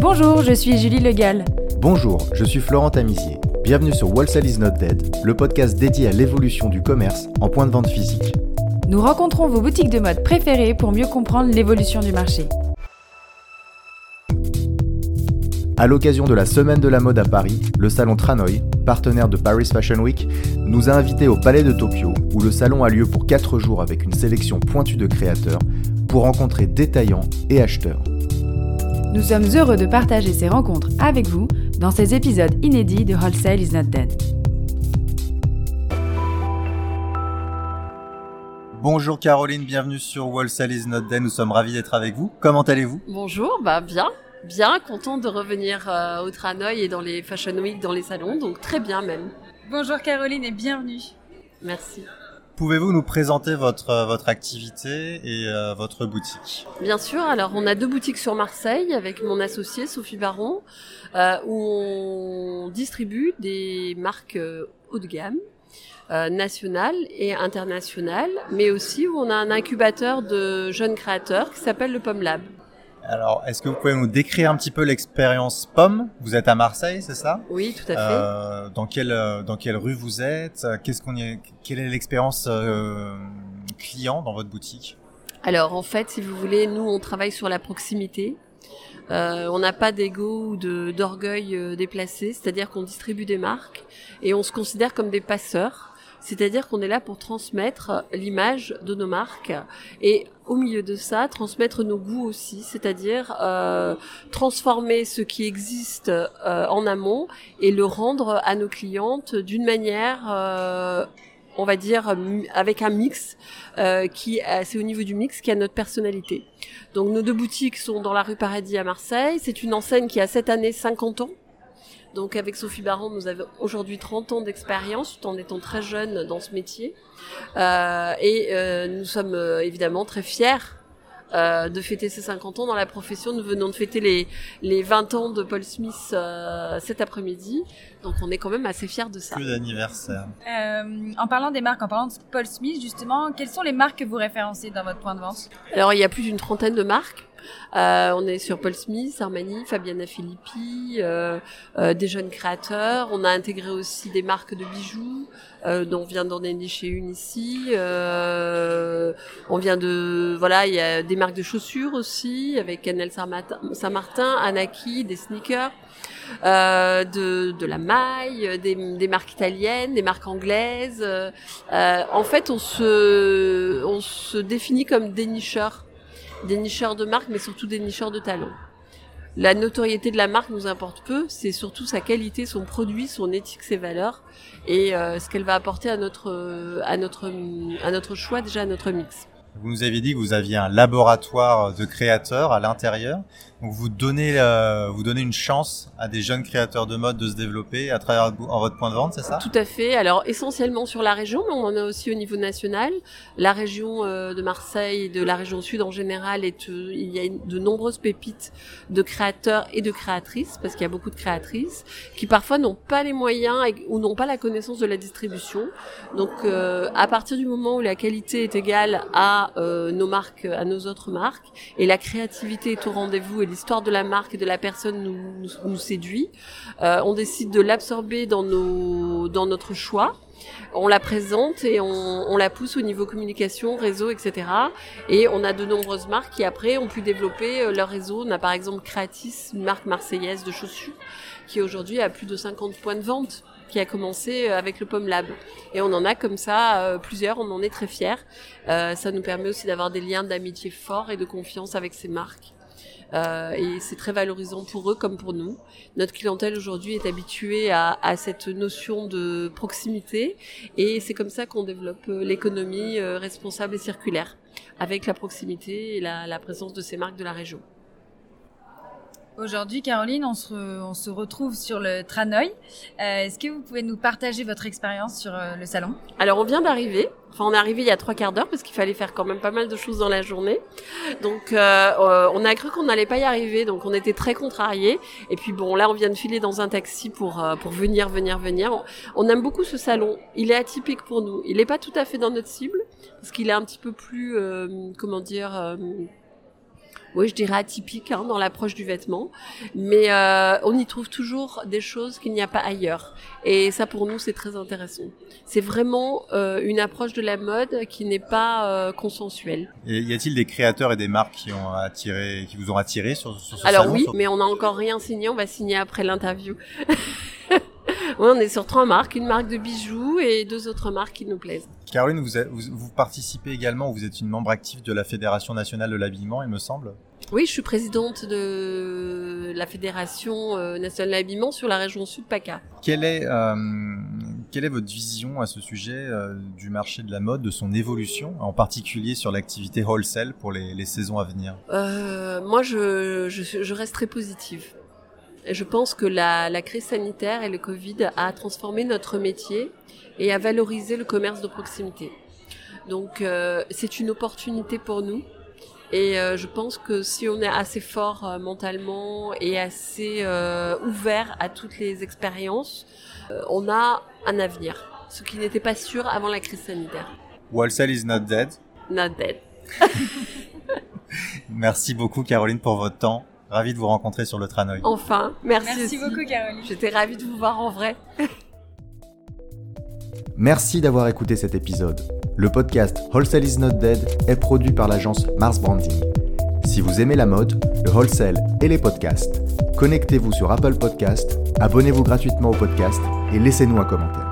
Bonjour, je suis Julie Legal. Bonjour, je suis Florent Tamizier. Bienvenue sur Wholesale is not dead, le podcast dédié à l'évolution du commerce en point de vente physique. Nous rencontrons vos boutiques de mode préférées pour mieux comprendre l'évolution du marché. À l'occasion de la Semaine de la mode à Paris, le salon Tranoï, partenaire de Paris Fashion Week, nous a invités au Palais de Tokyo, où le salon a lieu pour 4 jours avec une sélection pointue de créateurs, pour rencontrer détaillants et acheteurs. Nous sommes heureux de partager ces rencontres avec vous dans ces épisodes inédits de Wholesale is not dead. Bonjour Caroline, bienvenue sur Wholesale is not dead, nous sommes ravis d'être avec vous. Comment allez-vous ? Bonjour, bien, contente de revenir au Tranoï et dans les Fashion Week, dans les salons, donc très bien même. Bonjour Caroline et bienvenue. Merci. Pouvez-vous nous présenter votre activité et votre boutique ? Bien sûr, alors on a 2 boutiques sur Marseille avec mon associée Sophie Baron, où on distribue des marques haut de gamme, nationales et internationales, mais aussi où on a un incubateur de jeunes créateurs qui s'appelle le Pomme Lab. Alors, est-ce que vous pouvez nous décrire un petit peu l'expérience Pomme ? Vous êtes à Marseille, c'est ça ? Oui, tout à fait. Dans quelle rue vous êtes ? Quelle est l'expérience client dans votre boutique ? Alors, en fait, si vous voulez, nous, on travaille sur la proximité. On n'a pas d'ego ou d'orgueil déplacé, c'est-à-dire qu'on distribue des marques et on se considère comme des passeurs. C'est-à-dire qu'on est là pour transmettre l'image de nos marques et au milieu de ça, transmettre nos goûts aussi, c'est-à-dire transformer ce qui existe en amont et le rendre à nos clientes d'une manière, on va dire, avec un mix c'est au niveau du mix qui a notre personnalité. Donc nos 2 boutiques sont dans la rue Paradis à Marseille. C'est une enseigne qui a cette année 50 ans. Donc avec Sophie Baron, nous avons aujourd'hui 30 ans d'expérience, tout en étant très jeunes dans ce métier. Nous sommes évidemment très fiers de fêter ces 50 ans dans la profession. Nous venons de fêter les 20 ans de Paul Smith cet après-midi. Donc on est quand même assez fiers de ça. Que d'anniversaire. En parlant des marques, en parlant de Paul Smith justement, quelles sont les marques que vous référencez dans votre point de vente ? Alors il y a plus d'une trentaine de marques. On est sur Paul Smith, Armani, Fabiana Filippi, des jeunes créateurs. On a intégré aussi des marques de bijoux, dont on vient d'en dénicher une ici. Il y a des marques de chaussures aussi, avec Canel Saint-Martin, Anaki, des sneakers, de la maille, des marques italiennes, des marques anglaises. En fait, on se définit comme dénicheurs de marque, mais surtout des nicheurs de talent. La notoriété de la marque nous importe peu, c'est surtout sa qualité, son produit, son éthique, ses valeurs et ce qu'elle va apporter à notre choix, déjà à notre mix. Vous nous aviez dit que vous aviez un laboratoire de créateurs à l'intérieur. Donc vous donnez une chance à des jeunes créateurs de mode de se développer à travers votre point de vente, c'est ça ? Tout à fait. Alors essentiellement sur la région, mais on en a aussi au niveau national. La région de Marseille, de la région sud en général, il y a de nombreuses pépites de créateurs et de créatrices, parce qu'il y a beaucoup de créatrices qui parfois n'ont pas les moyens ou n'ont pas la connaissance de la distribution. Donc à partir du moment où la qualité est égale à nos marques, à nos autres marques, et la créativité est au rendez-vous et l'histoire de la marque et de la personne nous séduit, on décide de l'absorber dans notre choix. On la présente et on la pousse au niveau communication, réseau, etc. Et on a de nombreuses marques qui après ont pu développer leur réseau. On a par exemple Creatis, une marque marseillaise de chaussures, qui aujourd'hui a plus de 50 points de vente, qui a commencé avec le Pomme Lab. Et on en a comme ça plusieurs, on en est très fiers. Ça nous permet aussi d'avoir des liens d'amitié forts et de confiance avec ces marques. Et c'est très valorisant pour eux comme pour nous. Notre clientèle aujourd'hui est habituée à cette notion de proximité et c'est comme ça qu'on développe l'économie responsable et circulaire avec la proximité et la présence de ces marques de la région. Aujourd'hui, Caroline, on se retrouve sur le Tranoï. Est-ce que vous pouvez nous partager votre expérience sur le salon ? Alors, on vient d'arriver. Enfin, on est arrivé il y a 3/4 d'heure parce qu'il fallait faire quand même pas mal de choses dans la journée. Donc, on a cru qu'on n'allait pas y arriver. Donc, on était très contrariés. Et puis, bon, là, on vient de filer dans un taxi pour venir. On aime beaucoup ce salon. Il est atypique pour nous. Il n'est pas tout à fait dans notre cible parce qu'il est un petit peu plus, oui, je dirais atypique dans l'approche du vêtement, mais on y trouve toujours des choses qu'il n'y a pas ailleurs. Et ça, pour nous, c'est très intéressant. C'est vraiment une approche de la mode qui n'est pas consensuelle. Et y a-t-il des créateurs et des marques qui vous ont attiré sur ce salon? Alors oui, mais on n'a encore rien signé. On va signer après l'interview. Oui, on est sur 3 marques, une marque de bijoux et 2 autres marques qui nous plaisent. Caroline, vous participez également, vous êtes une membre active de la Fédération nationale de l'habillement, il me semble. Oui, je suis présidente de la Fédération nationale de l'habillement sur la région Sud PACA. Quelle est votre vision à ce sujet du marché de la mode, de son évolution, en particulier sur l'activité wholesale pour les saisons à venir? Moi, je reste très positive. Je pense que la crise sanitaire et le Covid a transformé notre métier et a valorisé le commerce de proximité. Donc, c'est une opportunité pour nous. Et je pense que si on est assez fort mentalement et assez ouvert à toutes les expériences, on a un avenir. Ce qui n'était pas sûr avant la crise sanitaire. Wholesale is not dead. Not dead. Merci beaucoup Caroline pour votre temps. Ravi de vous rencontrer sur le Tranoï. Enfin, merci aussi. Merci beaucoup Caroline. J'étais ravie de vous voir en vrai. Merci d'avoir écouté cet épisode. Le podcast Wholesale is not dead est produit par l'agence Mars Branding. Si vous aimez la mode, le wholesale et les podcasts, connectez-vous sur Apple Podcasts, abonnez-vous gratuitement au podcast et laissez-nous un commentaire.